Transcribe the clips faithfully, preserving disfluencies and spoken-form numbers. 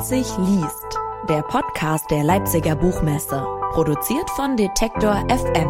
Leipzig liest, der Podcast der Leipziger Buchmesse, produziert von Detektor F M.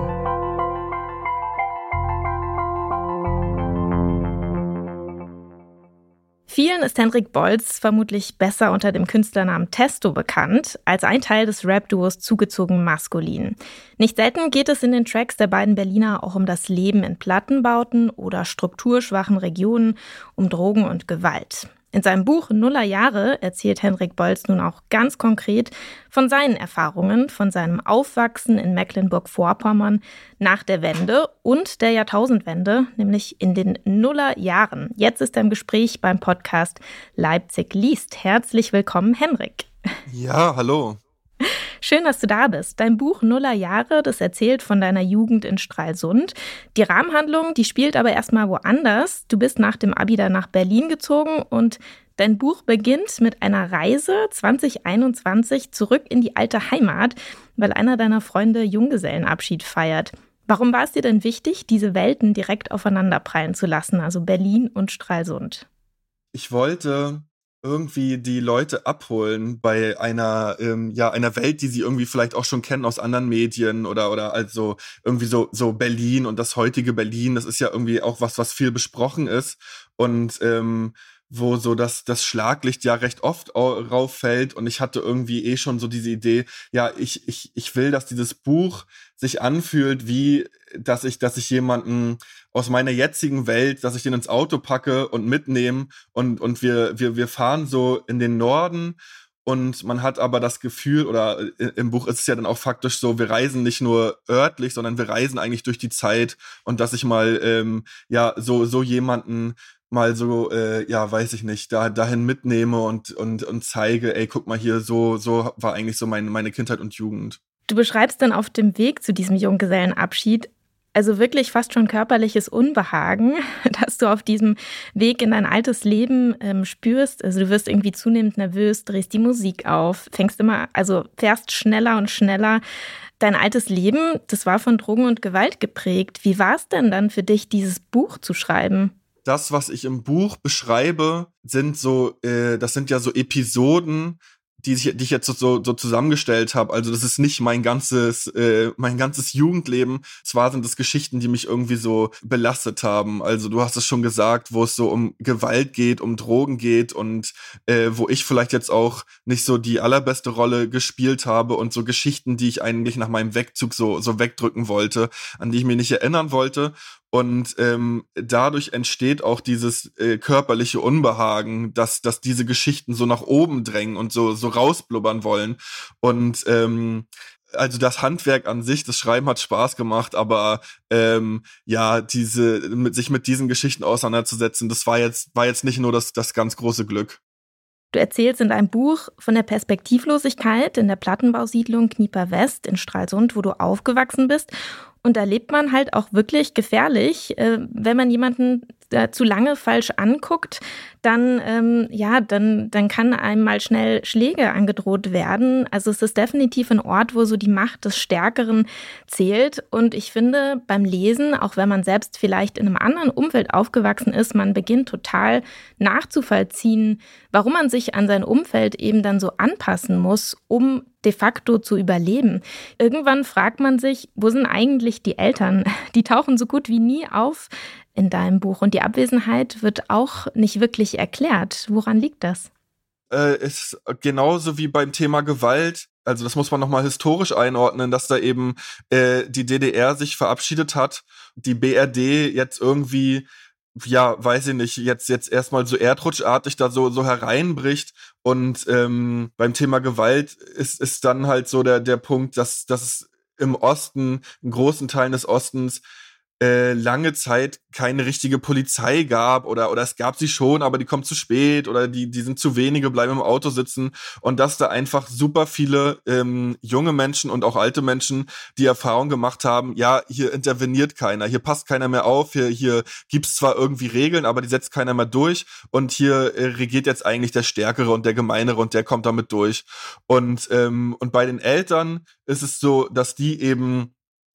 Vielen ist Henrik Bolz vermutlich besser unter dem Künstlernamen Testo bekannt, als ein Teil des Rap-Duos Zugezogen Maskulin. Nicht selten geht es in den Tracks der beiden Berliner auch um das Leben in Plattenbauten oder strukturschwachen Regionen, um Drogen und Gewalt. In seinem Buch Nullerjahre erzählt Henrik Bolz nun auch ganz konkret von seinen Erfahrungen, von seinem Aufwachsen in Mecklenburg-Vorpommern nach der Wende und der Jahrtausendwende, nämlich in den Nullerjahren. Jetzt ist er im Gespräch beim Podcast Leipzig liest. Herzlich willkommen, Henrik. Ja, hallo. Schön, dass du da bist. Dein Buch Nullerjahre, das erzählt von deiner Jugend in Stralsund. Die Rahmenhandlung, die spielt aber erstmal woanders. Du bist nach dem Abi dann nach Berlin gezogen und dein Buch beginnt mit einer Reise zwanzig einundzwanzig zurück in die alte Heimat, weil einer deiner Freunde Junggesellenabschied feiert. Warum war es dir denn wichtig, diese Welten direkt aufeinanderprallen zu lassen, also Berlin und Stralsund? Ich wollte irgendwie die Leute abholen bei einer ähm, ja einer Welt, die sie irgendwie vielleicht auch schon kennen aus anderen Medien oder oder also irgendwie so so Berlin und das heutige Berlin, das ist ja irgendwie auch was, was viel besprochen ist und ähm, wo so das das Schlaglicht ja recht oft rauffällt und ich hatte irgendwie eh schon so diese Idee, ja, ich ich ich will, dass dieses Buch sich anfühlt, wie dass ich dass ich jemanden aus meiner jetzigen Welt, dass ich den ins Auto packe und mitnehme und und wir wir wir fahren so in den Norden und man hat aber das Gefühl, oder im Buch ist es ja dann auch faktisch so, wir reisen nicht nur örtlich, sondern wir reisen eigentlich durch die Zeit und dass ich mal ähm, ja so so jemanden mal so, äh, ja, weiß ich nicht, da dahin mitnehme und und und zeige, ey, guck mal hier, so so war eigentlich so meine meine Kindheit und Jugend. Du beschreibst dann auf dem Weg zu diesem Junggesellenabschied also wirklich fast schon körperliches Unbehagen, das du auf diesem Weg in dein altes Leben ähm, spürst. Also du wirst irgendwie zunehmend nervös, drehst die Musik auf, fängst immer, also fährst schneller und schneller. Dein altes Leben, das war von Drogen und Gewalt geprägt. Wie war es denn dann für dich, dieses Buch zu schreiben? Das, was ich im Buch beschreibe, sind so, äh, das sind ja so Episoden, die ich, die ich jetzt so, so zusammengestellt habe. Also das ist nicht mein ganzes, äh, mein ganzes Jugendleben. Zwar sind es Geschichten, die mich irgendwie so belastet haben. Also du hast es schon gesagt, wo es so um Gewalt geht, um Drogen geht und äh, wo ich vielleicht jetzt auch nicht so die allerbeste Rolle gespielt habe und so Geschichten, die ich eigentlich nach meinem Wegzug so, so wegdrücken wollte, an die ich mich nicht erinnern wollte. Und ähm, dadurch entsteht auch dieses äh, körperliche Unbehagen, dass dass diese Geschichten so nach oben drängen und so so rausblubbern wollen. Und ähm, also das Handwerk an sich, das Schreiben hat Spaß gemacht, aber ähm, ja, diese mit sich mit diesen Geschichten auseinanderzusetzen, das war jetzt war jetzt nicht nur das das ganz große Glück. Du erzählst in deinem Buch von der Perspektivlosigkeit in der Plattenbausiedlung Knieper West in Stralsund, wo du aufgewachsen bist. Und da lebt man halt auch wirklich gefährlich, äh, wenn man jemanden äh, zu lange falsch anguckt, dann ähm, ja, dann dann kann einem mal schnell Schläge angedroht werden. Also es ist definitiv ein Ort, wo so die Macht des Stärkeren zählt. Und ich finde beim Lesen, auch wenn man selbst vielleicht in einem anderen Umfeld aufgewachsen ist, man beginnt total nachzuvollziehen, warum man sich an sein Umfeld eben dann so anpassen muss, um de facto zu überleben. Irgendwann fragt man sich, wo sind eigentlich die Eltern? Die tauchen so gut wie nie auf in deinem Buch und die Abwesenheit wird auch nicht wirklich erklärt. Woran liegt das? Äh, ist genauso wie beim Thema Gewalt. Also das muss man nochmal historisch einordnen, dass da eben äh, die D D R sich verabschiedet hat, die B R D jetzt irgendwie ja, weiß ich nicht, jetzt jetzt erstmal so erdrutschartig da so so hereinbricht und ähm, beim Thema Gewalt ist ist dann halt so der der Punkt, dass dass es im Osten, in großen Teilen des Ostens äh, lange Zeit keine richtige Polizei gab oder oder es gab sie schon, aber die kommt zu spät oder die die sind zu wenige, bleiben im Auto sitzen und dass da einfach super viele ähm, junge Menschen und auch alte Menschen die Erfahrung gemacht haben, ja, hier interveniert keiner, hier passt keiner mehr auf, hier hier gibt's zwar irgendwie Regeln, aber die setzt keiner mehr durch und hier äh, regiert jetzt eigentlich der Stärkere und der Gemeinere und der kommt damit durch und ähm, und bei den Eltern ist es so, dass die eben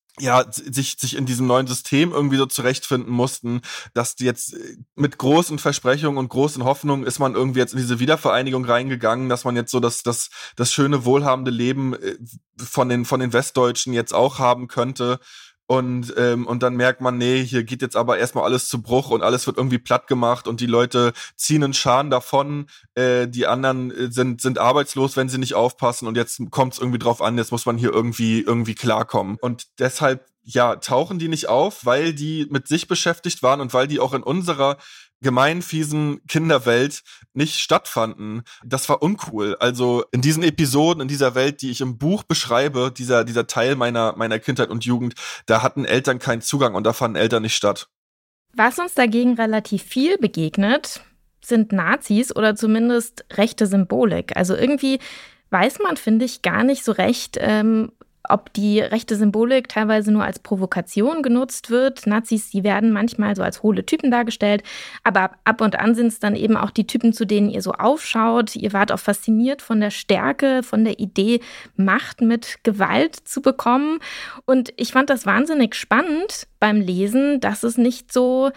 ja, sich, sich in diesem neuen System irgendwie so zurechtfinden mussten, dass die jetzt mit großen Versprechungen und großen Hoffnungen ist man irgendwie jetzt in diese Wiedervereinigung reingegangen, dass man jetzt so das, das, das schöne, wohlhabende Leben von den, von den Westdeutschen jetzt auch haben könnte. Und, ähm, und dann merkt man, nee, hier geht jetzt aber erstmal alles zu Bruch und alles wird irgendwie platt gemacht und die Leute ziehen einen Scharen davon, äh, die anderen sind, sind arbeitslos, wenn sie nicht aufpassen und jetzt kommt es irgendwie drauf an, jetzt muss man hier irgendwie, irgendwie klarkommen. Und deshalb, ja, tauchen die nicht auf, weil die mit sich beschäftigt waren und weil die auch in unserer gemein fiesen Kinderwelt nicht stattfanden. Das war uncool. Also in diesen Episoden, in dieser Welt, die ich im Buch beschreibe, dieser dieser Teil meiner meiner Kindheit und Jugend, da hatten Eltern keinen Zugang und da fanden Eltern nicht statt. Was uns dagegen relativ viel begegnet, sind Nazis oder zumindest rechte Symbolik. Also irgendwie weiß man, finde ich, gar nicht so recht, ähm, ob die rechte Symbolik teilweise nur als Provokation genutzt wird. Nazis, die werden manchmal so als hohle Typen dargestellt, aber ab und an sind es dann eben auch die Typen, zu denen ihr so aufschaut. Ihr wart auch fasziniert von der Stärke, von der Idee, Macht mit Gewalt zu bekommen. Und ich fand das wahnsinnig spannend beim Lesen, dass es nicht so,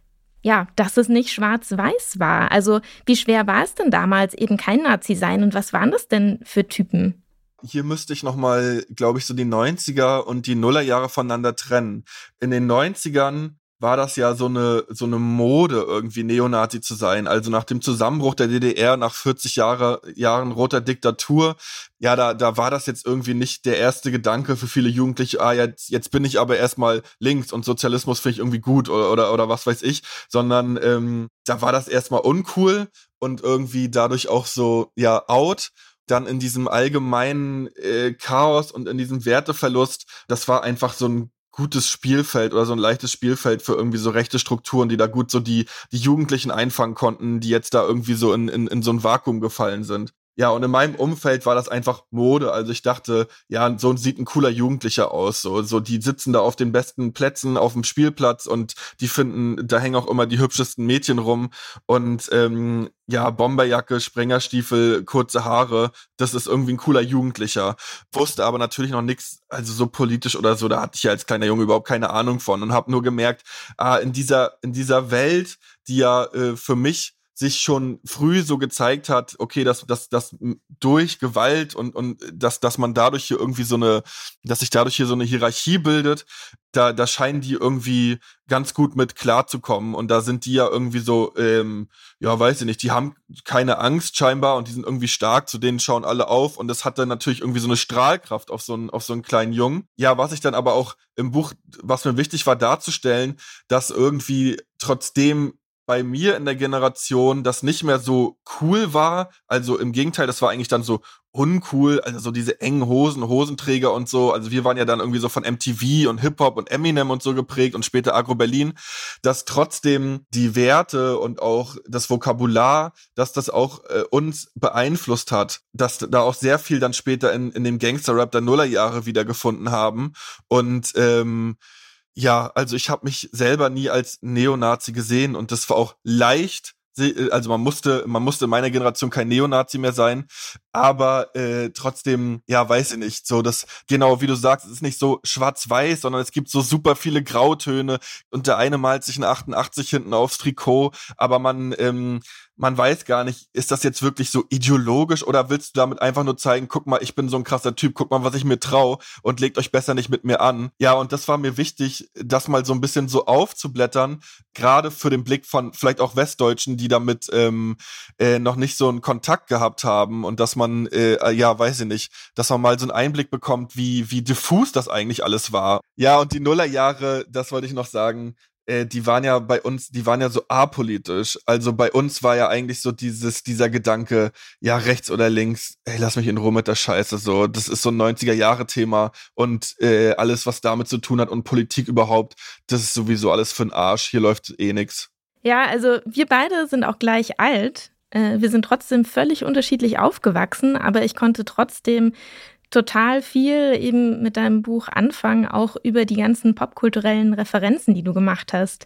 ja, dass es nicht schwarz-weiß war. Also wie schwer war es denn damals, eben kein Nazi sein und was waren das denn für Typen? Hier müsste ich nochmal, glaube ich, so die neunziger und die Nullerjahre voneinander trennen. In den neunzigern war das ja so eine so eine Mode, irgendwie Neonazi zu sein. Also nach dem Zusammenbruch der D D R, nach vierzig Jahre, Jahren roter Diktatur, ja, da da war das jetzt irgendwie nicht der erste Gedanke für viele Jugendliche, ah, jetzt, jetzt bin ich aber erstmal links und Sozialismus finde ich irgendwie gut oder, oder, oder was weiß ich, sondern ähm, da war das erstmal uncool und irgendwie dadurch auch so, ja, out. Dann in diesem allgemeinen äh, Chaos und in diesem Werteverlust, das war einfach so ein gutes Spielfeld oder so ein leichtes Spielfeld für irgendwie so rechte Strukturen, die da gut so die die Jugendlichen einfangen konnten, die jetzt da irgendwie so in in, in so ein Vakuum gefallen sind. Ja, und in meinem Umfeld war das einfach Mode. Also ich dachte, ja, so sieht ein cooler Jugendlicher aus. So, so die sitzen da auf den besten Plätzen auf dem Spielplatz und die finden, da hängen auch immer die hübschesten Mädchen rum. Und ähm, ja, Bomberjacke, Sprengerstiefel, kurze Haare, das ist irgendwie ein cooler Jugendlicher. Wusste aber natürlich noch nichts, also so politisch oder so, da hatte ich ja als kleiner Junge überhaupt keine Ahnung von und habe nur gemerkt, ah, in dieser in dieser Welt, die ja äh, für mich sich schon früh so gezeigt hat, okay, dass dass dass durch Gewalt und und dass dass man dadurch hier irgendwie so eine, dass sich dadurch hier so eine Hierarchie bildet, da da scheinen die irgendwie ganz gut mit klarzukommen und da sind die ja irgendwie so, ähm, ja, weiß ich nicht, die haben keine Angst scheinbar und die sind irgendwie stark, zu denen schauen alle auf und das hat dann natürlich irgendwie so eine Strahlkraft auf so einen auf so einen kleinen Jungen. Ja, was ich dann aber auch im Buch, was mir wichtig war darzustellen, dass irgendwie trotzdem bei mir in der Generation das nicht mehr so cool war, also im Gegenteil, das war eigentlich dann so uncool, also so diese engen Hosen, Hosenträger und so, also wir waren ja dann irgendwie so von M T V und Hip-Hop und Eminem und so geprägt und später Agro Berlin, dass trotzdem die Werte und auch das Vokabular, dass das auch äh, uns beeinflusst hat, dass da auch sehr viel dann später in, in dem Gangster-Rap der Nullerjahre wiedergefunden haben und ähm, ja, also ich habe mich selber nie als Neonazi gesehen und das war auch leicht, also man musste man musste in meiner Generation kein Neonazi mehr sein, aber äh, trotzdem, ja, weiß ich nicht, so das, genau wie du sagst, es ist nicht so schwarz-weiß, sondern es gibt so super viele Grautöne und der eine malt sich ein achtundachtzig hinten aufs Trikot, aber man ähm, man weiß gar nicht, ist das jetzt wirklich so ideologisch oder willst du damit einfach nur zeigen, guck mal, ich bin so ein krasser Typ, guck mal, was ich mir trau und legt euch besser nicht mit mir an. Ja, und das war mir wichtig, das mal so ein bisschen so aufzublättern, gerade für den Blick von vielleicht auch Westdeutschen, die damit ähm, äh, noch nicht so einen Kontakt gehabt haben und dass man, äh, ja, weiß ich nicht, dass man mal so einen Einblick bekommt, wie wie diffus das eigentlich alles war. Ja, und die Nullerjahre, das wollte ich noch sagen, äh, die waren ja bei uns, die waren ja so apolitisch. Also bei uns war ja eigentlich so dieses, dieser Gedanke, ja, rechts oder links, ey, lass mich in Ruhe mit der Scheiße, so. Das ist so ein neunziger-Jahre-Thema und äh, alles, was damit zu tun hat und Politik überhaupt, das ist sowieso alles für den Arsch. Hier läuft eh nix. Ja, also wir beide sind auch gleich alt. Äh, wir sind trotzdem völlig unterschiedlich aufgewachsen, aber ich konnte trotzdem total viel eben mit deinem Buch anfangen, auch über die ganzen popkulturellen Referenzen, die du gemacht hast.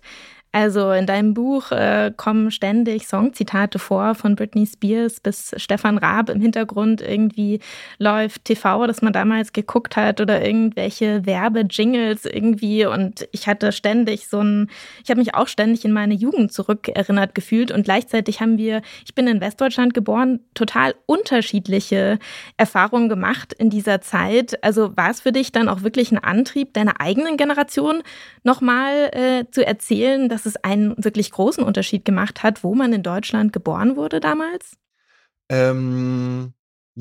Also in deinem Buch äh, kommen ständig Songzitate vor, von Britney Spears bis Stefan Raab. Im Hintergrund irgendwie läuft T V, das man damals geguckt hat, oder irgendwelche Werbejingles irgendwie. Und ich hatte ständig so ein, ich habe mich auch ständig in meine Jugend zurückerinnert gefühlt. Und gleichzeitig haben wir, ich bin in Westdeutschland geboren, total unterschiedliche Erfahrungen gemacht in dieser Zeit. Also war es für dich dann auch wirklich ein Antrieb, deiner eigenen Generation nochmal äh, zu erzählen, dass es einen wirklich großen Unterschied gemacht hat, wo man in Deutschland geboren wurde damals? Ähm,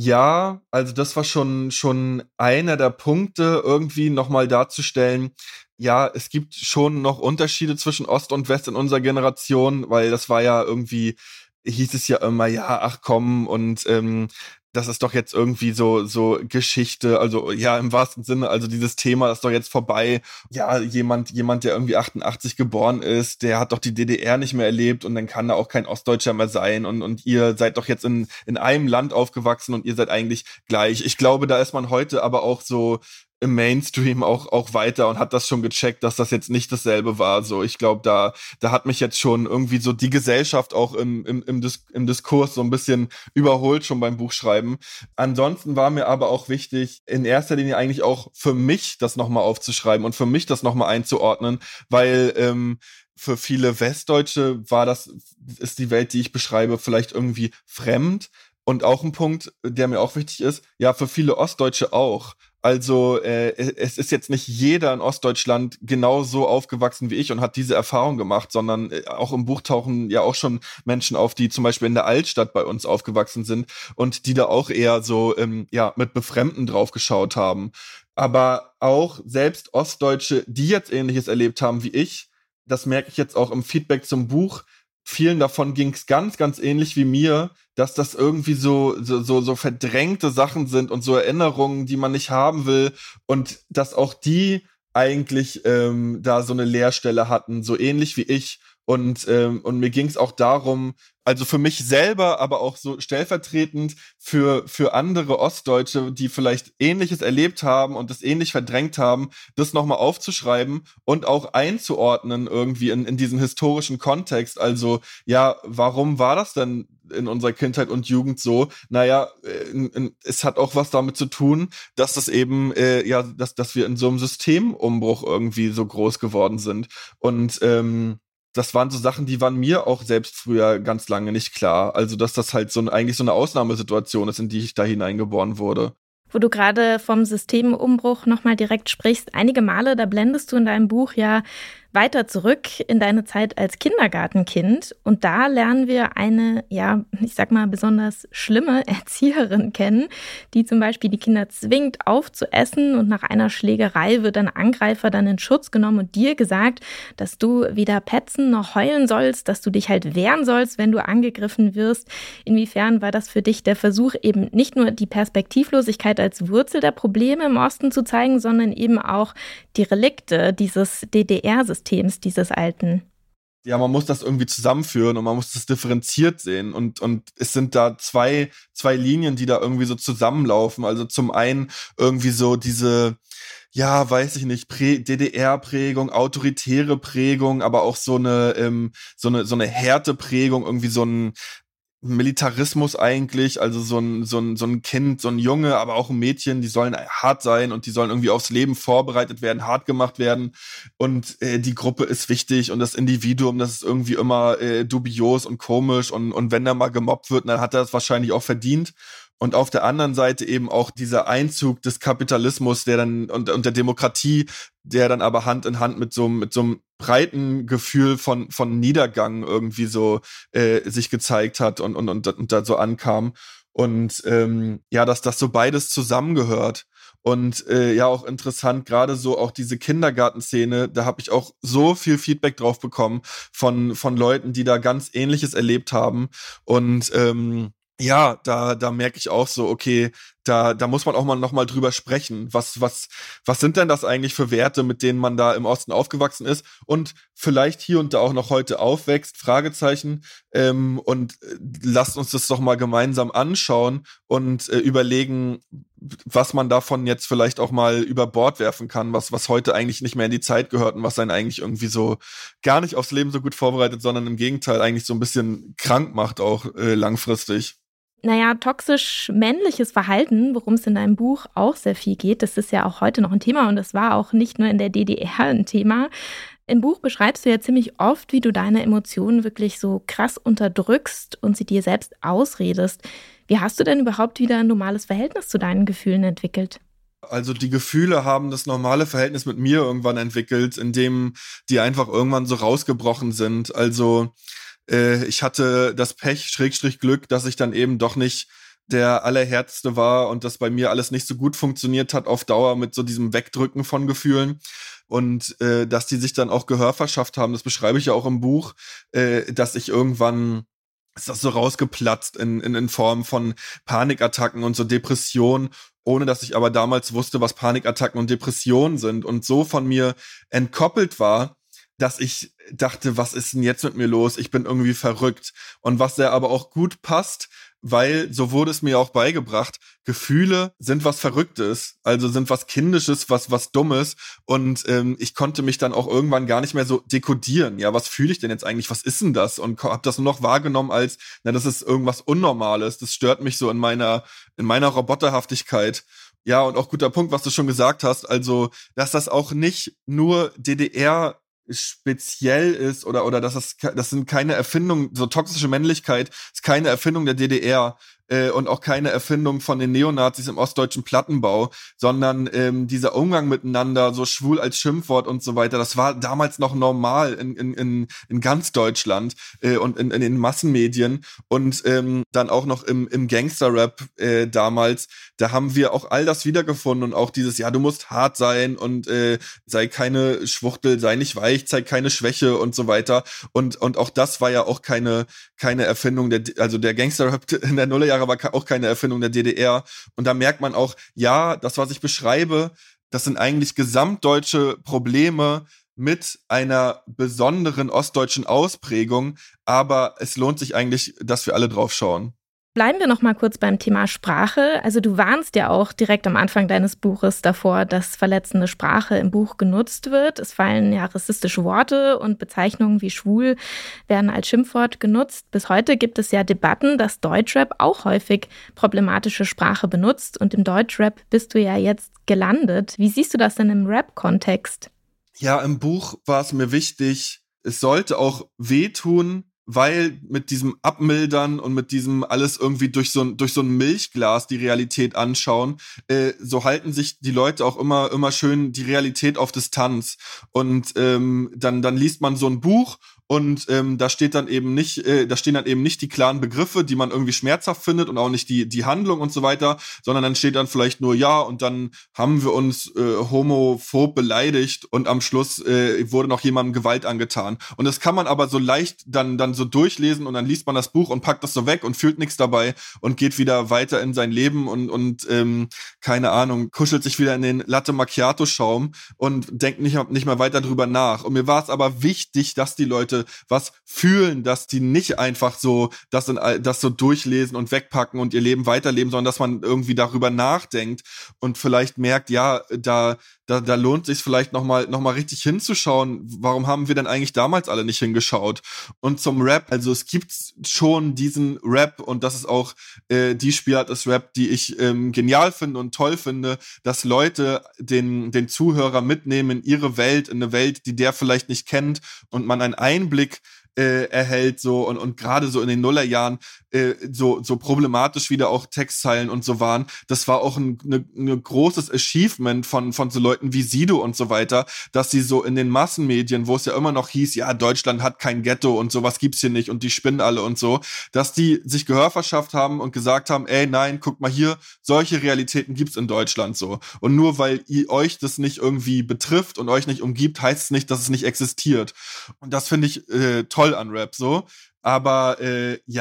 ja, also das war schon, schon einer der Punkte, irgendwie nochmal darzustellen, ja, es gibt schon noch Unterschiede zwischen Ost und West in unserer Generation, weil das war ja irgendwie, hieß es ja immer, ja, ach komm, und ähm, das ist doch jetzt irgendwie so so Geschichte, also ja, im wahrsten Sinne, also dieses Thema ist doch jetzt vorbei. Ja, jemand, jemand, der irgendwie achtundachtzig geboren ist, der hat doch die D D R nicht mehr erlebt und dann kann da auch kein Ostdeutscher mehr sein und und ihr seid doch jetzt in in einem Land aufgewachsen und ihr seid eigentlich gleich. Ich glaube, da ist man heute aber auch so im Mainstream auch auch weiter und hat das schon gecheckt, dass das jetzt nicht dasselbe war. So, ich glaube, da da hat mich jetzt schon irgendwie so die Gesellschaft auch im im im, Dis- im Diskurs so ein bisschen überholt schon beim Buchschreiben. Ansonsten war mir aber auch wichtig, in erster Linie eigentlich auch für mich das nochmal aufzuschreiben und für mich das nochmal einzuordnen, weil ähm, für viele Westdeutsche war das, ist die Welt, die ich beschreibe, vielleicht irgendwie fremd. Und auch ein Punkt, der mir auch wichtig ist, ja, für viele Ostdeutsche auch. Also äh, es ist jetzt nicht jeder in Ostdeutschland genau so aufgewachsen wie ich und hat diese Erfahrung gemacht, sondern äh, auch im Buch tauchen ja auch schon Menschen auf, die zum Beispiel in der Altstadt bei uns aufgewachsen sind und die da auch eher so ähm, ja mit Befremden draufgeschaut haben. Aber auch selbst Ostdeutsche, die jetzt Ähnliches erlebt haben wie ich, das merke ich jetzt auch im Feedback zum Buch, vielen davon ging es ganz, ganz ähnlich wie mir, dass das irgendwie so, so, so, so verdrängte Sachen sind und so Erinnerungen, die man nicht haben will und dass auch die eigentlich ähm, da so eine Leerstelle hatten, so ähnlich wie ich. Und, ähm, und mir ging es auch darum, also für mich selber, aber auch so stellvertretend für, für andere Ostdeutsche, die vielleicht Ähnliches erlebt haben und das ähnlich verdrängt haben, das nochmal aufzuschreiben und auch einzuordnen irgendwie in, in diesen historischen Kontext. Also, ja, warum war das denn in unserer Kindheit und Jugend so? Naja, äh, es hat auch was damit zu tun, dass das eben, äh, ja, dass, dass wir in so einem Systemumbruch irgendwie so groß geworden sind. Und, ähm, das waren so Sachen, die waren mir auch selbst früher ganz lange nicht klar. Also, dass das halt so ein, eigentlich so eine Ausnahmesituation ist, in die ich da hineingeboren wurde. Wo du gerade vom Systemumbruch nochmal direkt sprichst, einige Male, da blendest du in deinem Buch ja weiter zurück in deine Zeit als Kindergartenkind. Und da lernen wir eine, ja, ich sag mal, besonders schlimme Erzieherin kennen, die zum Beispiel die Kinder zwingt, aufzuessen. Und nach einer Schlägerei wird ein Angreifer dann in Schutz genommen und dir gesagt, dass du weder petzen noch heulen sollst, dass du dich halt wehren sollst, wenn du angegriffen wirst. Inwiefern war das für dich der Versuch, eben nicht nur die Perspektivlosigkeit als Wurzel der Probleme im Osten zu zeigen, sondern eben auch die Relikte dieses D D R-Systems, dieses alten? Ja, man muss das irgendwie zusammenführen und man muss das differenziert sehen und und es sind da zwei zwei Linien, die da irgendwie so zusammenlaufen. Also zum einen irgendwie so diese, ja, weiß ich nicht, Prä- D D R-Prägung, autoritäre Prägung, aber auch so eine ähm, so eine so eine Härteprägung, irgendwie so ein Militarismus eigentlich, also so ein, so ein, so ein Kind, so ein Junge, aber auch ein Mädchen, die sollen hart sein und die sollen irgendwie aufs Leben vorbereitet werden, hart gemacht werden und äh, die Gruppe ist wichtig und das Individuum, das ist irgendwie immer äh, dubios und komisch und, und wenn er mal gemobbt wird, dann hat er es wahrscheinlich auch verdient. Und auf der anderen Seite eben auch dieser Einzug des Kapitalismus, der dann und, und der Demokratie, der dann aber Hand in Hand mit so mit so einem breiten Gefühl von von Niedergang irgendwie so äh, sich gezeigt hat und und und, und da so ankam und ähm, ja, dass das so beides zusammengehört. Und äh, ja, auch interessant, gerade so auch diese Kindergartenszene, da habe ich auch so viel Feedback drauf bekommen von von Leuten, die da ganz Ähnliches erlebt haben und ähm, ja, da, da merke ich auch so, okay, da, da muss man auch mal noch mal drüber sprechen. Was, was, was sind denn das eigentlich für Werte, mit denen man da im Osten aufgewachsen ist und vielleicht hier und da auch noch heute aufwächst? Fragezeichen. Ähm, und äh, lasst uns das doch mal gemeinsam anschauen und äh, überlegen, was man davon jetzt vielleicht auch mal über Bord werfen kann, was, was heute eigentlich nicht mehr in die Zeit gehört und was einen eigentlich irgendwie so gar nicht aufs Leben so gut vorbereitet, sondern im Gegenteil eigentlich so ein bisschen krank macht auch äh, langfristig. Naja, toxisch männliches Verhalten, worum es in deinem Buch auch sehr viel geht, das ist ja auch heute noch ein Thema und das war auch nicht nur in der D D R ein Thema. Im Buch beschreibst du ja ziemlich oft, wie du deine Emotionen wirklich so krass unterdrückst und sie dir selbst ausredest. Wie hast du denn überhaupt wieder ein normales Verhältnis zu deinen Gefühlen entwickelt? Also die Gefühle haben das normale Verhältnis mit mir irgendwann entwickelt, in dem die einfach irgendwann so rausgebrochen sind. Also äh, ich hatte das Pech, Schrägstrich Glück, dass ich dann eben doch nicht der Allerhärteste war und dass bei mir alles nicht so gut funktioniert hat auf Dauer mit so diesem Wegdrücken von Gefühlen. Und äh, dass die sich dann auch Gehör verschafft haben, das beschreibe ich ja auch im Buch, äh, dass ich irgendwann ist das so rausgeplatzt in, in, in Form von Panikattacken und so Depressionen, ohne dass ich aber damals wusste, was Panikattacken und Depressionen sind und so von mir entkoppelt war, dass ich dachte, was ist denn jetzt mit mir los? Ich bin irgendwie verrückt. Und was da aber auch gut passt, weil, so wurde es mir auch beigebracht, Gefühle sind was Verrücktes, also sind was Kindisches, was was Dummes und ähm, ich konnte mich dann auch irgendwann gar nicht mehr so dekodieren. Ja, was fühle ich denn jetzt eigentlich? Was ist denn das? Und habe das nur noch wahrgenommen als, na, das ist irgendwas Unnormales. Das stört mich so in meiner in meiner Roboterhaftigkeit. Ja, und auch guter Punkt, was du schon gesagt hast, also, dass das auch nicht nur D D R speziell ist oder oder dass das das sind keine Erfindungen, so toxische Männlichkeit ist keine Erfindung der D D R äh, und auch keine Erfindung von den Neonazis im ostdeutschen Plattenbau, sondern ähm, dieser Umgang miteinander, so schwul als Schimpfwort und so weiter, das war damals noch normal in in in, in ganz Deutschland äh, und in, in den Massenmedien und ähm, dann auch noch im im Gangsterrap äh, damals, da haben wir auch all das wiedergefunden und auch dieses, ja, du musst hart sein und äh, sei keine Schwuchtel, sei nicht weich, zeig keine Schwäche und so weiter. Und und auch das war ja auch keine keine Erfindung der, also der Gangsterrap in der Nullerjahre war auch keine Erfindung der D D R. Und da merkt man auch, ja, das, was ich beschreibe, das sind eigentlich gesamtdeutsche Probleme mit einer besonderen ostdeutschen Ausprägung. Aber es lohnt sich eigentlich, dass wir alle drauf schauen. Bleiben wir noch mal kurz beim Thema Sprache. Also du warnst ja auch direkt am Anfang deines Buches davor, dass verletzende Sprache im Buch genutzt wird. Es fallen ja rassistische Worte und Bezeichnungen wie schwul werden als Schimpfwort genutzt. Bis heute gibt es ja Debatten, dass Deutschrap auch häufig problematische Sprache benutzt. Und im Deutschrap bist du ja jetzt gelandet. Wie siehst du das denn im Rap-Kontext? Ja, im Buch war es mir wichtig, es sollte auch wehtun, weil mit diesem Abmildern und mit diesem alles irgendwie durch so ein durch so ein Milchglas die Realität anschauen, äh, so halten sich die Leute auch immer immer schön die Realität auf Distanz und ähm, dann dann liest man so ein Buch und ähm, da steht dann eben nicht, äh, da stehen dann eben nicht die klaren Begriffe, die man irgendwie schmerzhaft findet und auch nicht die die Handlung und so weiter, sondern dann steht dann vielleicht nur ja und dann haben wir uns äh, homophob beleidigt und am Schluss äh, wurde noch jemandem Gewalt angetan. Und das kann man aber so leicht dann dann so durchlesen und dann liest man das Buch und packt das so weg und fühlt nichts dabei und geht wieder weiter in sein Leben und und ähm, keine Ahnung, kuschelt sich wieder in den Latte Macchiato Schaum und denkt nicht nicht mehr weiter drüber nach. Und mir war es aber wichtig, dass die Leute was fühlen, dass die nicht einfach so das, in, das so durchlesen und wegpacken und ihr Leben weiterleben, sondern dass man irgendwie darüber nachdenkt und vielleicht merkt, ja, da da, da lohnt sich vielleicht nochmal noch mal richtig hinzuschauen, warum haben wir denn eigentlich damals alle nicht hingeschaut? Und zum Rap, also es gibt schon diesen Rap und das ist auch äh, die Spielart des Rap, die ich ähm, genial finde und toll finde, dass Leute den, den Zuhörer mitnehmen in ihre Welt, in eine Welt, die der vielleicht nicht kennt und man einen Einblick äh, erhält so und und gerade so in den Nullerjahren äh, so so problematisch wieder auch Textzeilen und so waren. Das war auch ein ne, ne großes Achievement von von so Leuten wie Sido und so weiter, dass sie so in den Massenmedien, wo es ja immer noch hieß, ja, Deutschland hat kein Ghetto und sowas gibt's hier nicht und die spinnen alle und so, dass die sich Gehör verschafft haben und gesagt haben, ey, nein, guck mal hier, solche Realitäten gibt's in Deutschland so. Und nur weil ihr euch das nicht irgendwie betrifft und euch nicht umgibt, heißt es nicht, dass es nicht existiert. Und das finde ich äh, toll an Rap so. Aber äh, ja,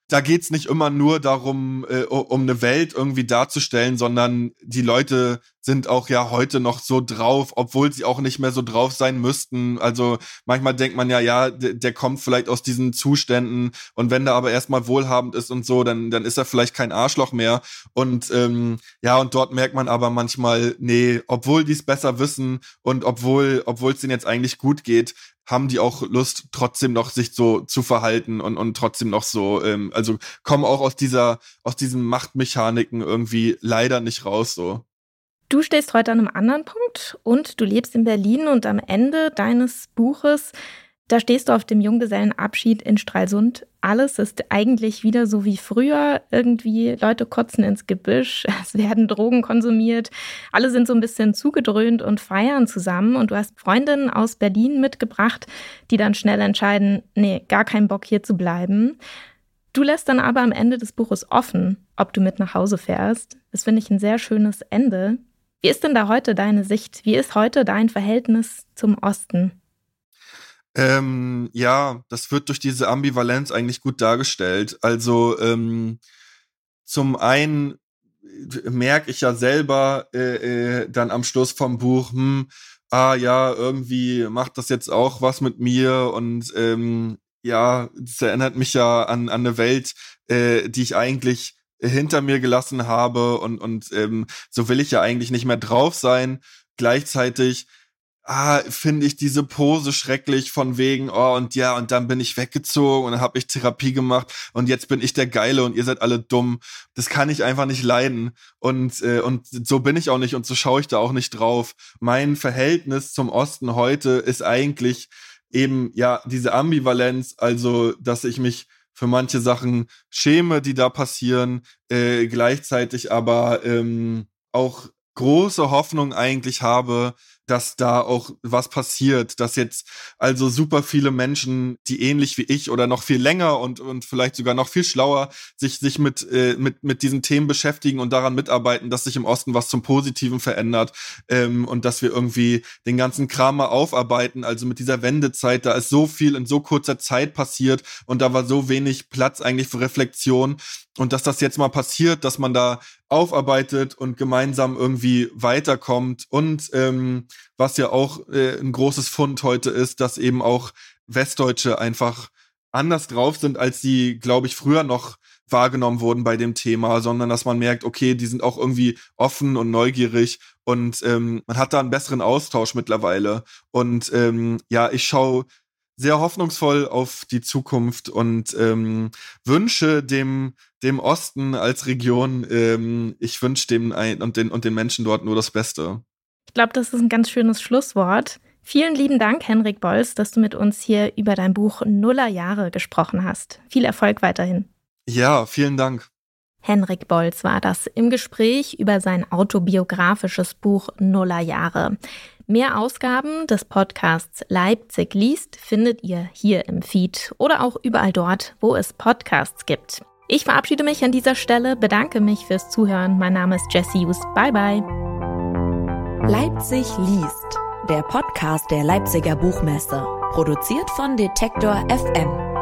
da geht's nicht immer nur darum, äh, um eine Welt irgendwie darzustellen, sondern die Leute sind auch ja heute noch so drauf, obwohl sie auch nicht mehr so drauf sein müssten. Also manchmal denkt man ja, ja, der, der kommt vielleicht aus diesen Zuständen und wenn der aber erstmal wohlhabend ist und so, dann dann ist er vielleicht kein Arschloch mehr. Und ähm, ja, und dort merkt man aber manchmal, nee, obwohl die es besser wissen und obwohl obwohl es denen jetzt eigentlich gut geht, haben die auch Lust, trotzdem noch sich so zu verhalten und und trotzdem noch so, ähm, also kommen auch aus dieser aus diesen Machtmechaniken irgendwie leider nicht raus so. Du stehst heute an einem anderen Punkt und du lebst in Berlin und am Ende deines Buches, da stehst du auf dem Junggesellenabschied in Stralsund. Alles ist eigentlich wieder so wie früher. Irgendwie Leute kotzen ins Gebüsch, es werden Drogen konsumiert, alle sind so ein bisschen zugedröhnt und feiern zusammen. Und du hast Freundinnen aus Berlin mitgebracht, die dann schnell entscheiden, nee, gar keinen Bock hier zu bleiben. Du lässt dann aber am Ende des Buches offen, ob du mit nach Hause fährst. Das finde ich ein sehr schönes Ende. Wie ist denn da heute deine Sicht? Wie ist heute dein Verhältnis zum Osten? Ähm, ja, das wird durch diese Ambivalenz eigentlich gut dargestellt. Also ähm, zum einen merke ich ja selber äh, äh, dann am Schluss vom Buch, hm, ah ja, irgendwie macht das jetzt auch was mit mir und ähm, ja, das erinnert mich ja an, an eine Welt, äh, die ich eigentlich hinter mir gelassen habe und, und ähm, so will ich ja eigentlich nicht mehr drauf sein. Gleichzeitig ah, finde ich diese Pose schrecklich von wegen, oh, und ja, und dann bin ich weggezogen und dann habe ich Therapie gemacht und jetzt bin ich der Geile und ihr seid alle dumm. Das kann ich einfach nicht leiden und äh, und so bin ich auch nicht und so schaue ich da auch nicht drauf. Mein Verhältnis zum Osten heute ist eigentlich eben, ja, diese Ambivalenz, also, dass ich mich für manche Sachen schäme, die da passieren, äh, gleichzeitig aber ähm, auch große Hoffnung eigentlich habe, dass da auch was passiert, dass jetzt also super viele Menschen, die ähnlich wie ich oder noch viel länger und und vielleicht sogar noch viel schlauer sich sich mit äh, mit mit diesen Themen beschäftigen und daran mitarbeiten, dass sich im Osten was zum Positiven verändert ähm, und dass wir irgendwie den ganzen Kram mal aufarbeiten. Also mit dieser Wendezeit, da ist so viel in so kurzer Zeit passiert und da war so wenig Platz eigentlich für Reflexion. Und dass das jetzt mal passiert, dass man da aufarbeitet und gemeinsam irgendwie weiterkommt. Und ähm, was ja auch äh, ein großes Fund heute ist, dass eben auch Westdeutsche einfach anders drauf sind, als sie, glaube ich, früher noch wahrgenommen wurden bei dem Thema, sondern dass man merkt, okay, die sind auch irgendwie offen und neugierig und ähm, man hat da einen besseren Austausch mittlerweile. Und ähm, ja, ich schaue sehr hoffnungsvoll auf die Zukunft und ähm, wünsche dem dem Osten als Region, ähm, ich wünsche dem ein, und den und den Menschen dort nur das Beste. Ich glaube, das ist ein ganz schönes Schlusswort. Vielen lieben Dank, Henrik Bolz, dass du mit uns hier über dein Buch Nullerjahre gesprochen hast. Viel Erfolg weiterhin. Ja, vielen Dank. Henrik Bolz war das im Gespräch über sein autobiografisches Buch Nullerjahre. Mehr Ausgaben des Podcasts Leipzig liest findet ihr hier im Feed oder auch überall dort, wo es Podcasts gibt. Ich verabschiede mich an dieser Stelle, bedanke mich fürs Zuhören. Mein Name ist Jessie Hughes. Bye, bye. Leipzig liest, der Podcast der Leipziger Buchmesse, produziert von Detektor F M.